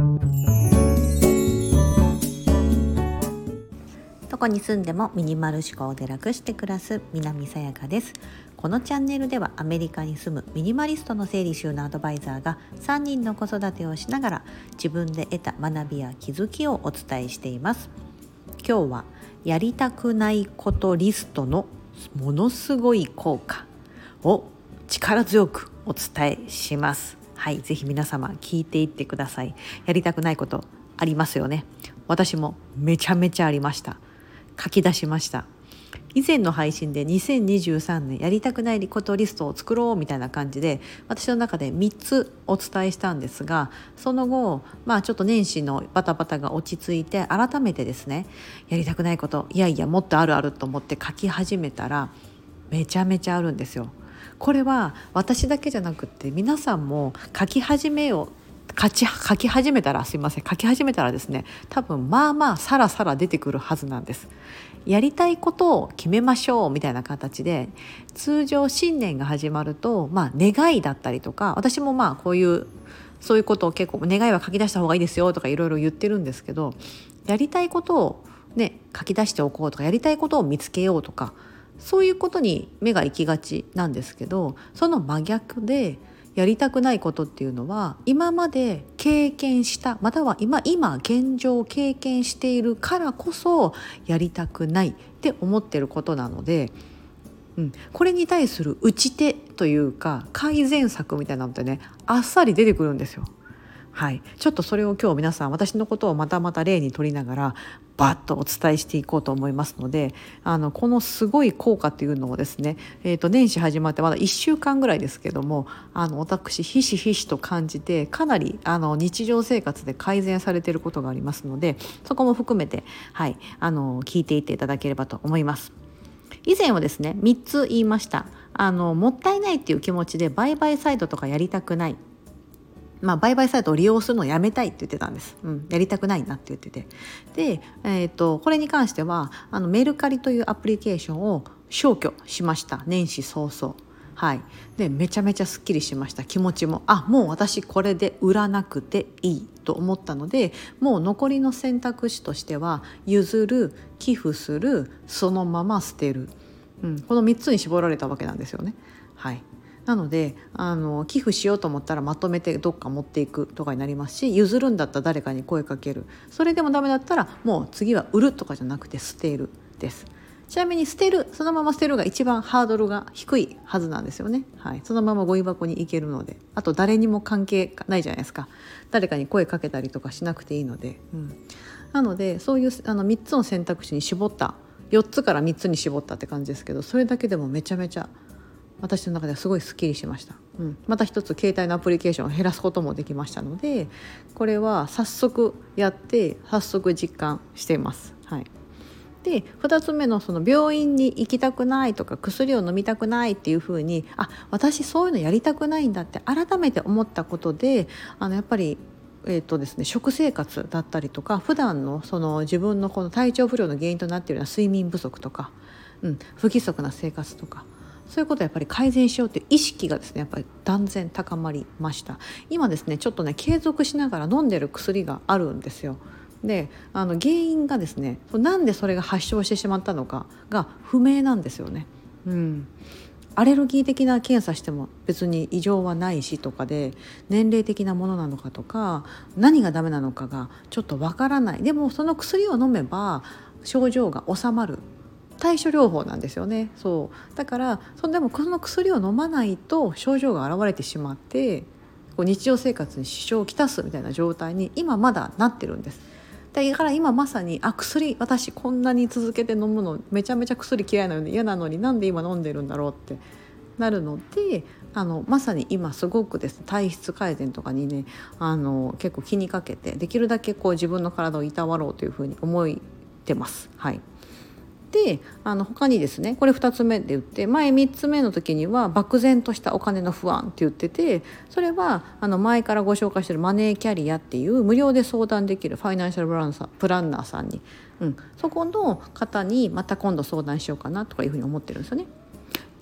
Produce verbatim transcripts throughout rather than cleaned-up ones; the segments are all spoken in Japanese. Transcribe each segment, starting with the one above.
どこに住んでもミニマル思考で楽して暮らす南さやかです。このチャンネルではアメリカに住むミニマリストの整理収納アドバイザーがさんにんの子育てをしながら自分で得た学びや気づきをお伝えしています。今日はやりたくないことリストのものすごい効果を力強くお伝えします。はい、ぜひ皆様聞いていってください。やりたくないことありますよね。私もめちゃめちゃありました。書き出しました。以前の配信でにせんにじゅうさんねんやりたくないことリストを作ろうみたいな感じで私の中でみっつお伝えしたんですが、その後まあちょっと年始のバタバタが落ち着いて改めてですね、やりたくないこといやいやもっとあるあると思って書き始めたらめちゃめちゃあるんですよ。これは私だけじゃなくって皆さんも書き始めよう書き、書き始めたらすいません書き始めたらですね、多分まあまあさらさら出てくるはずなんです。やりたいことを決めましょうみたいな形で、通常新年が始まると、まあ、願いだったりとか、私もまあこういうそういうことを結構願いは書き出した方がいいですよとかいろいろ言ってるんですけど、やりたいことをね書き出しておこうとか、やりたいことを見つけようとか、そういうことに目が行きがちなんですけど、その真逆でやりたくないことっていうのは今まで経験したまたは今今現状経験しているからこそやりたくないって思ってることなので、うん、これに対する打ち手というか改善策みたいなのってねあっさり出てくるんですよ。はい、ちょっとそれを今日皆さん私のことをまたまた例に取りながらバッとお伝えしていこうと思いますので、あのこのすごい効果というのをですね、えー、と年始始まってまだいっしゅうかんぐらいですけども、あの私ひしひしと感じてかなりあの日常生活で改善されていることがありますので、そこも含めて、はい、あの聞いていっていただければと思います。以前はですねみっつ言いました。あのもったいないっていう気持ちで売買サイトとかやりたくない、まあ、売買サイトを利用するのをやめたいって言ってたんです、うん、やりたくないなって言ってて、で、えー、とこれに関してはあのメルカリというアプリケーションを消去しました。年始早々、はい、でめちゃめちゃすっきりしました。気持ちもあもう私これで売らなくていいと思ったので、もう残りの選択肢としては譲る、寄付する、そのまま捨てる、うん、このみっつに絞られたわけなんですよね。はい、なのであの寄付しようと思ったらまとめてどっか持っていくとかになりますし、譲るんだったら誰かに声かける、それでもダメだったらもう次は売るとかじゃなくて捨てるです。ちなみに捨てる、そのまま捨てるが一番ハードルが低いはずなんですよね。はい、そのままゴミ箱に行けるので、あと誰にも関係ないじゃないですか。誰かに声かけたりとかしなくていいので、うん、なのでそういうあのみっつの選択肢に絞った、よっつからみっつに絞ったって感じですけど、それだけでもめちゃめちゃ私の中ではすごいスッキリしました、うん、また一つ携帯のアプリケーションを減らすこともできましたので、これは早速やって早速実感しています。はい、でふたつめのその病院に行きたくないとか薬を飲みたくないっていう風に、あ私そういうのやりたくないんだって改めて思ったことで、あのやっぱりえーとですね、食生活だったりとか普段のその自分のこの体調不良の原因となっているような睡眠不足とか、うん、不規則な生活とか、そういうことをやっぱり改善しようという意識がですねやっぱり断然高まりました。今ですねちょっとね継続しながら飲んでる薬があるんですよ。であの原因がですねなんでそれが発症してしまったのかが不明なんですよね。うん、アレルギー的な検査しても別に異常はないしとかで、年齢的なものなのかとか何がダメなのかがちょっとわからない。でもその薬を飲めば症状が治まる、対処療法なんですよね。そうだからそでもこの薬を飲まないと症状が現れてしまってこう日常生活に支障をきたすみたいな状態に今まだなってるんです。だから今まさにあ薬私こんなに続けて飲むのめちゃめちゃ薬嫌いなのに嫌なのになんで今飲んでるんだろうってなるので、あのまさに今すごくですね体質改善とかにねあの結構気にかけてできるだけこう自分の体をいたわろうというふうに思ってます。はい、であの他にですねこれふたつめで言って、前みっつめの時には漠然としたお金の不安って言ってて、それはあの前からご紹介しているマネーキャリアっていう無料で相談できるファイナンシャルプランサープランナーさんに、うん、そこの方にまた今度相談しようかなとかいうふうに思ってるんですよね。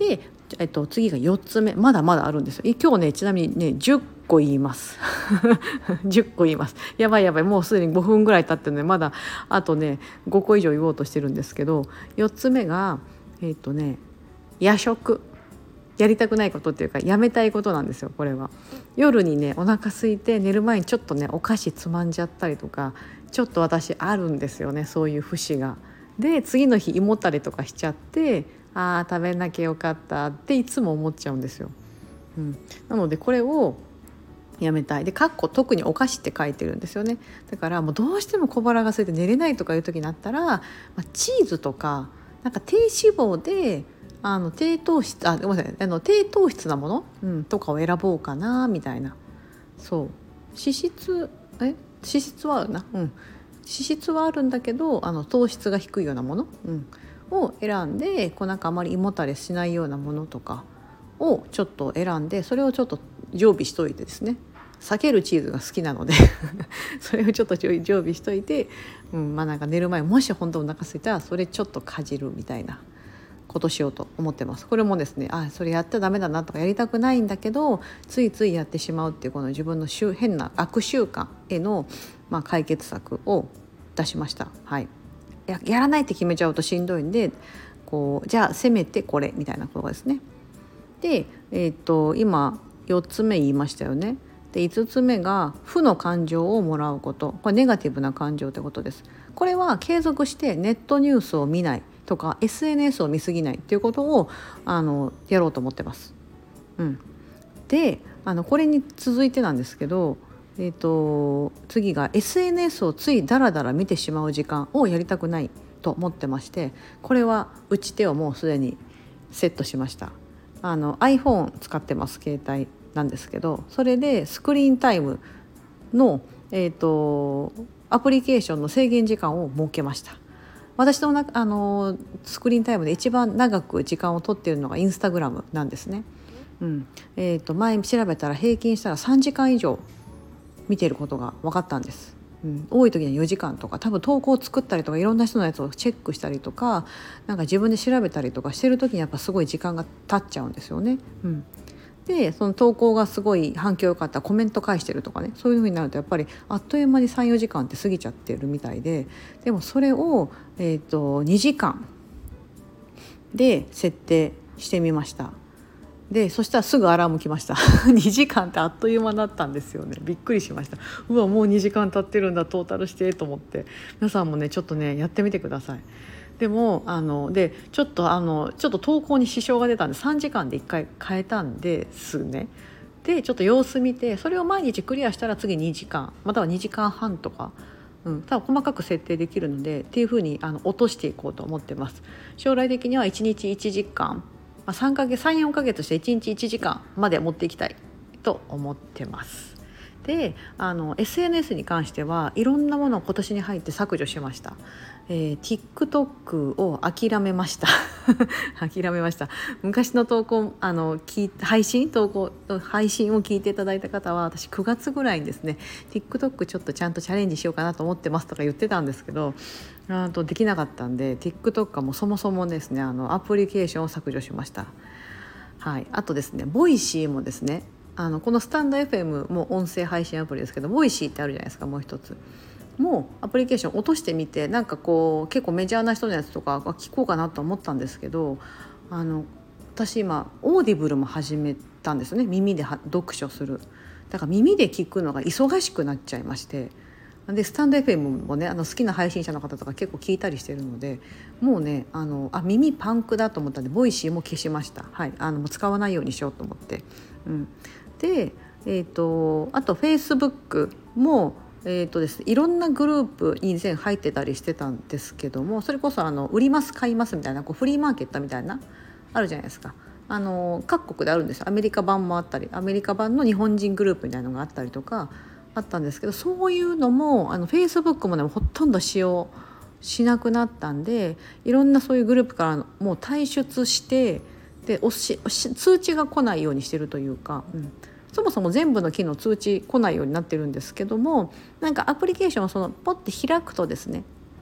で、えっと、次がよっつめ、まだまだあるんですよ。今日ねちなみにねじゅっこ言いますじゅっこ言います。やばいやばい、もうすでにごふんぐらい経ってるのでまだあとねごこ以上言おうとしてるんですけど、よっつめがえっとね夜食、やりたくないことっていうかやめたいことなんですよ。これは夜にねお腹空いて寝る前にちょっとねお菓子つまんじゃったりとか、ちょっと私あるんですよね、そういう節が。で次の日胃もたれとかしちゃって、あー食べなきゃよかったっていつも思っちゃうんですよ。うん、なのでこれをやめたい。でかっこ特にお菓子って書いてるんですよね。だからもうどうしても小腹が空いて寝れないとかいう時になったら、まあ、チーズとかなんか低脂肪であの低糖質あごめんなさいあの低糖質なもの、うん、とかを選ぼうかなみたいな。そう脂質え脂質はあるな、うん、脂質はあるんだけどあの糖質が低いようなもの、うん、を選んで、こうなんかあまり胃もたれしないようなものとかをちょっと選んで、それをちょっと常備しといてですね、避けるチーズが好きなのでそれをちょっと常備しといて、うん、まあなんか寝る前もし本当お腹空いたらそれちょっとかじるみたいなことしようと思ってます。これもですね、あそれやったらダメだなとかやりたくないんだけどついついやってしまうっていうこの自分の変な悪習慣への、まあ、解決策を出しました。はい、や, やらないって決めちゃうとしんどいんで、こうじゃあせめてこれみたいなことですね。で、えー、と今よっつめ言いましたよね。でいつつめが負の感情をもらうこと、これネガティブな感情ってことです。これは継続してネットニュースを見ないとか エスエヌエス を見すぎないっていうことをあのやろうと思ってます。うん、であのこれに続いてなんですけど、えー、と次が エスエヌエス をついダラダラ見てしまう時間をやりたくないと思ってまして、これは打ち手をもうすでにセットしました。あの iPhone 使ってます、携帯なんですけど、それでスクリーンタイムの、えー、とアプリケーションの制限時間を設けました。私のなあのスクリーンタイムで一番長く時間を取っているのがインスタグラムなんですね。うんえー、と前調べたら平均したらさんじかん以上見ていることが分かったんです。うん、多い時にはよじかんとか、多分投稿を作ったりとかいろんな人のやつをチェックしたりとか、なんか自分で調べたりとかしてる時にやっぱすごい時間が経っちゃうんですよね。うん、でその投稿がすごい反響良かったらコメント返してるとかね、そういう風になるとやっぱりあっという間に さん,よ 時間って過ぎちゃってるみたいで、でもそれを、えー、とにじかんで設定してみました。でそしたらすぐアラーム来ましたにじかんってあっという間だったんですよね。びっくりしました。うわもうにじかん経ってるんだトータルしてと思って、皆さんもねちょっとねやってみてください。でもあのでちょっとあのちょっと投稿に支障が出たんでさんじかんでいっかい変えたんですね。でちょっと様子見て、それを毎日クリアしたら次にじかんまたはにじかんはんとか、うん、多分細かく設定できるのでっていう風にあの落としていこうと思ってます。将来的にはいちにちいちじかん、まあ、さんかげつさん、よんかげつしていちにちいちじかんまで持っていきたいと思ってます。であの エスエヌエス に関してはいろんなものを今年に入って削除しました。えー、TikTok を諦めました諦めました。昔の投稿あの聞配信投稿配信を聞いていただいた方は、私くがつぐらいにですね TikTok ちょっとちゃんとチャレンジしようかなと思ってますとか言ってたんですけど、あとできなかったんで TikTok はもうそもそもですねあのアプリケーションを削除しました。はい、あとですねボイシーもですね、あのこのスタンド エフエム も音声配信アプリですけど、ボイシーってあるじゃないですか。もう一つもうアプリケーション落としてみて、なんかこう結構メジャーな人のやつとか聞こうかなと思ったんですけど、あの私今オーディブルも始めたんですよね。耳で読書する。だから耳で聞くのが忙しくなっちゃいまして、でスタンド エフエム もねあの好きな配信者の方とか結構聞いたりしてるので、もうねあのあ耳パンクだと思ったんでボイシーも消しました。はい、あのもう使わないようにしようと思って、うん、で、えー、とあと Facebook も、えーとです、いろんなグループに以前入ってたりしてたんですけども、それこそあの売ります買いますみたいなこうフリーマーケットみたいなあるじゃないですか。あの各国であるんですよ。アメリカ版もあったり、アメリカ版の日本人グループみたいなのがあったりとかあったんですけど、そういうのもあの Facebook もねほとんど使用しなくなったんで、いろんなそういうグループからもう退出して、でおし通知が来ないようにしてるというか、うん、そもそも全部の機能通知来ないようになってるんですけども、なんかアプリケーションをそのポッて開くとですね、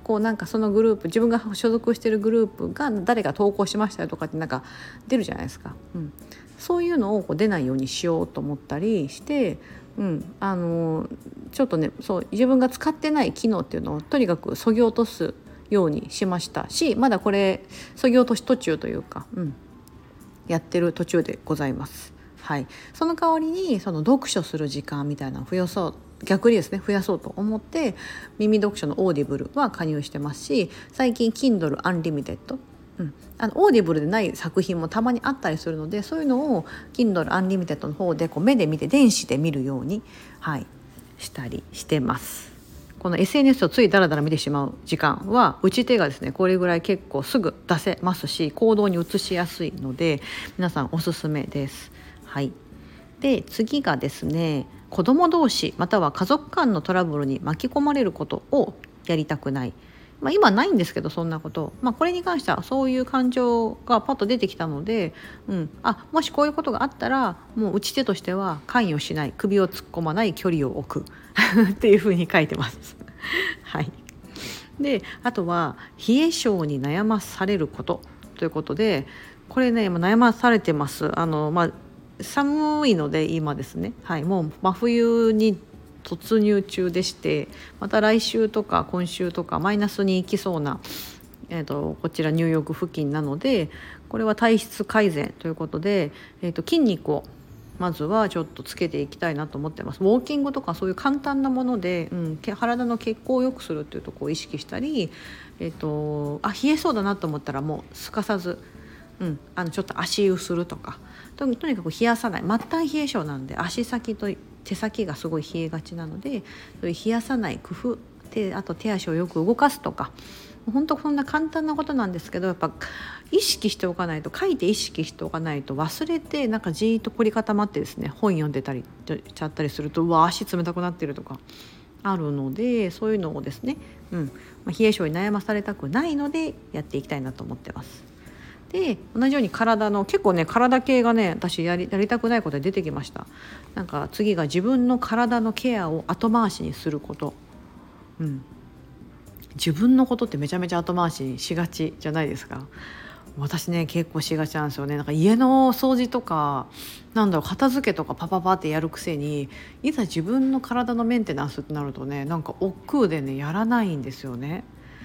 こうなんかそのグループ、自分が所属しているグループが誰が投稿しましたよとかってなんか出るじゃないですか、うん、そういうのをこう出ないようにしようと思ったりして、うん、あのちょっとねそう自分が使ってない機能っていうのをとにかく削ぎ落とすようにしましたし、まだこれ削ぎ落とし途中というか、うん、やってる途中でございます。はい、その代わりにその読書する時間みたいなのを増やそう逆にですね増やそうと思って耳読書のオーディブルは加入してますし、最近 Kindle Unlimited、うん、あのオーディブルでない作品もたまにあったりするので、そういうのを Kindle Unlimited の方でこう目で見て電子で見るように、はい、したりしてます。この エスエヌエス をついダラダラ見てしまう時間は打ち手がですねこれぐらい結構すぐ出せますし、行動に移しやすいので皆さんおすすめです。はい、で次がですね、子ども同士または家族間のトラブルに巻き込まれることをやりたくない。まあ、今ないんですけどそんなこと、まあ、これに関してはそういう感情がパッと出てきたので、うん、あもしこういうことがあったらもう打ち手としては関与しない、首を突っ込まない、距離を置くっていうふうに書いてますはい、であとは冷え性に悩まされることということで、これね悩まされてます。あの、まあ、寒いので今ですね、はい、もう真冬に突入中でして、また来週とか今週とかマイナスに行きそうな、えーと、こちらニューヨーク付近なので、これは体質改善ということで、えーと、筋肉をまずはちょっとつけていきたいなと思ってます。ウォーキングとかそういう簡単なもので、うん、体の血行を良くするっていうところを意識したり、えーと、あ冷えそうだなと思ったらもうすかさず、うん、あのちょっと足湯するとか、と, とにかく冷やさない。末端冷え性なんで足先と手先がすごい冷えがちなので、そういう冷やさない工夫で、あと手足をよく動かすとか、本当こんな簡単なことなんですけど、やっぱ意識しておかないと、書いて意識しておかないと忘れて、なんかじーっと凝り固まってですね本読んでたりしちゃったりすると、うわ足冷たくなってるとかあるので、そういうのをですね、うんまあ、冷え性に悩まされたくないのでやっていきたいなと思ってます。で同じように体の結構ね体系がね私やり、やりたくないことで出てきました。なんか次が自分の体のケアを後回しにすること、うん、自分のことってめちゃめちゃ後回しにしがちじゃないですか。私ね結構しがちなんですよね。なんか家の掃除とかなんだろう片付けとかパパパってやるくせに、いざ自分の体のメンテナンスってなるとねなんか億劫でねやらないんですよね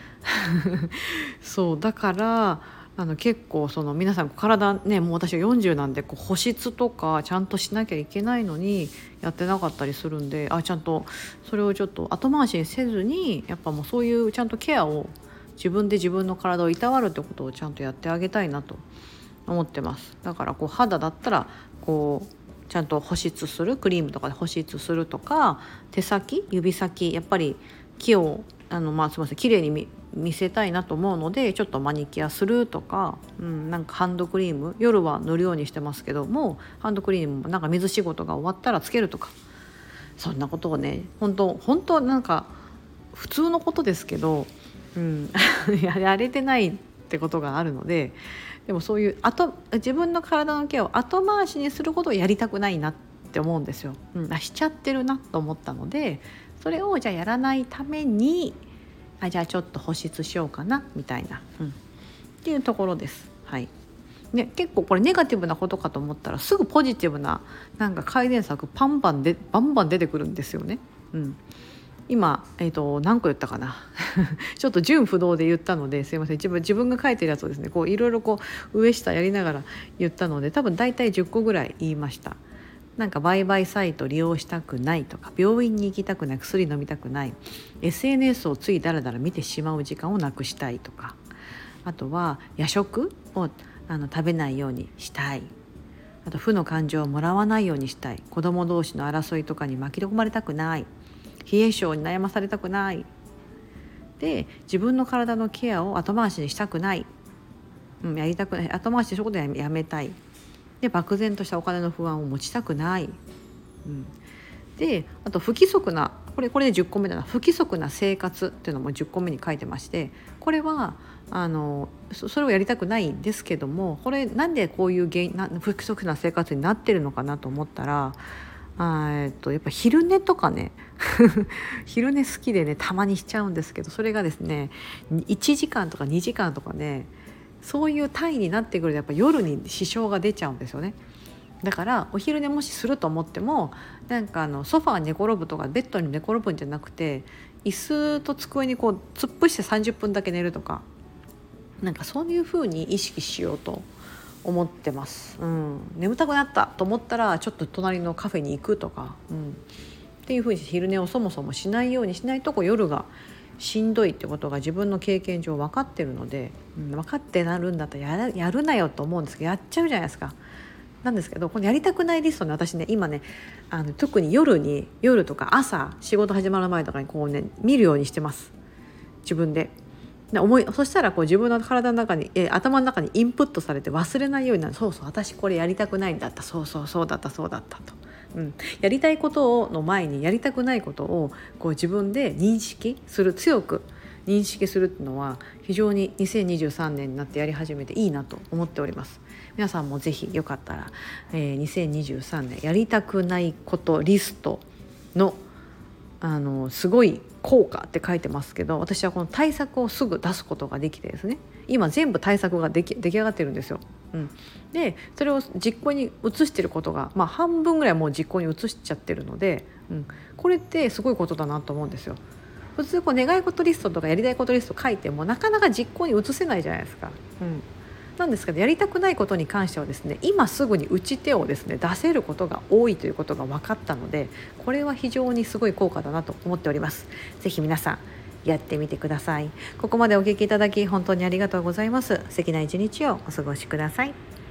そうだからあの結構その皆さん体ねもう私はよんじゅうなんでこう保湿とかちゃんとしなきゃいけないのにやってなかったりするんで、あちゃんとそれをちょっと後回しにせずに、やっぱもうそういうちゃんとケアを自分で自分の体をいたわるってことをちゃんとやってあげたいなと思ってます。だからこう肌だったらこうちゃんと保湿する、クリームとかで保湿するとか、手先指先やっぱり木をあのまあすみません綺麗に見見せたいなと思うのでちょっとマニキュアするとか、うん、なんかハンドクリーム夜は塗るようにしてますけども、ハンドクリームもなんか水仕事が終わったらつけるとか、そんなことをね本当本当なんか普通のことですけど、うん、やれてないってことがあるので、でもそういう後自分の体のケアを後回しにすることをやりたくないなって思うんですよ、うん、あしちゃってるなと思ったので、それをじゃあやらないためにあじゃあちょっと保湿しようかなみたいな、うん、っていうところです。はいね、結構これネガティブなことかと思ったらすぐポジティブななんか改善策パンパンでバンバン出てくるんですよね。うん、今、えーと、何個言ったかなちょっと純不動で言ったのですいません。自分自分が書いてるやつをですねこういろいろこう上下やりながら言ったので多分大体じゅっこぐらい言いました。なんか売買サイト利用したくないとか、病院に行きたくない、薬飲みたくない、 エスエヌエス をついだらだら見てしまう時間をなくしたいとか、あとは夜食をあの食べないようにしたい、あと負の感情をもらわないようにしたい、子供同士の争いとかに巻き込まれたくない、冷え性に悩まされたくない、で自分の体のケアを後回しにしたくない、うん、やりたくない、後回しにすることはやめたい、で漠然としたお金の不安を持ちたくない、うん、であと不規則なこれこれでじゅっこめだな、不規則な生活っていうのもじゅっこめに書いてまして、これはあの そ, それをやりたくないんですけども、これなんでこういう原因な不規則な生活になってるのかなと思ったら、 あえっとやっぱ昼寝とかね昼寝好きでねたまにしちゃうんですけど、それがですねいちじかんとかにじかんとかね、そういう単位になってくるとやっぱ夜に支障が出ちゃうんですよね。だからお昼寝もしすると思っても、なんかあのソファーに寝転ぶとかベッドに寝転ぶんじゃなくて、椅子と机にこう突っ伏してさんじゅっぷんだけ寝るとか、なんかそういう風に意識しようと思ってます、うん、眠たくなったと思ったらちょっと隣のカフェに行くとか、うん、っていう風に昼寝をそもそもしないようにしないと、こう夜がしんどいってことが自分の経験上分かってるので、うん、分かってなるんだったらやる、やるなよと思うんですけど、やっちゃうじゃないですか。なんですけど、このやりたくないリストね、私ね今ねあの特に夜に夜とか朝仕事始まる前とかにこうね見るようにしてます、自分で。で思いそしたらこう自分の体の中に、え頭の中にインプットされて忘れないようになる。そうそう、私これやりたくないんだった、そうそうそうだったそうだったと、うん、やりたいことの前にやりたくないことをこう自分で認識する、強く認識するっていうのは非常ににせんにじゅうさんねんになってやり始めていいなと思っております。皆さんもぜひよかったら、えー、にせんにじゅうさんねんやりたくないことリストのあのすごい効果って書いてますけど、私はこの対策をすぐ出すことができてですね、今全部対策ができ出来上がってるんですよ、うん、でそれを実行に移してることが、まあ、半分ぐらいもう実行に移しちゃってるので、うん、これってすごいことだなと思うんですよ。普通こう願い事リストとかやりたいことリスト書いてもなかなか実行に移せないじゃないですか、うん、なんですけどやりたくないことに関してはですね、今すぐに打ち手をですね出せることが多いということが分かったので、これは非常にすごい効果だなと思っております。ぜひ皆さんやってみてください。ここまでお聞きいただき本当にありがとうございます。素敵な一日をお過ごしください。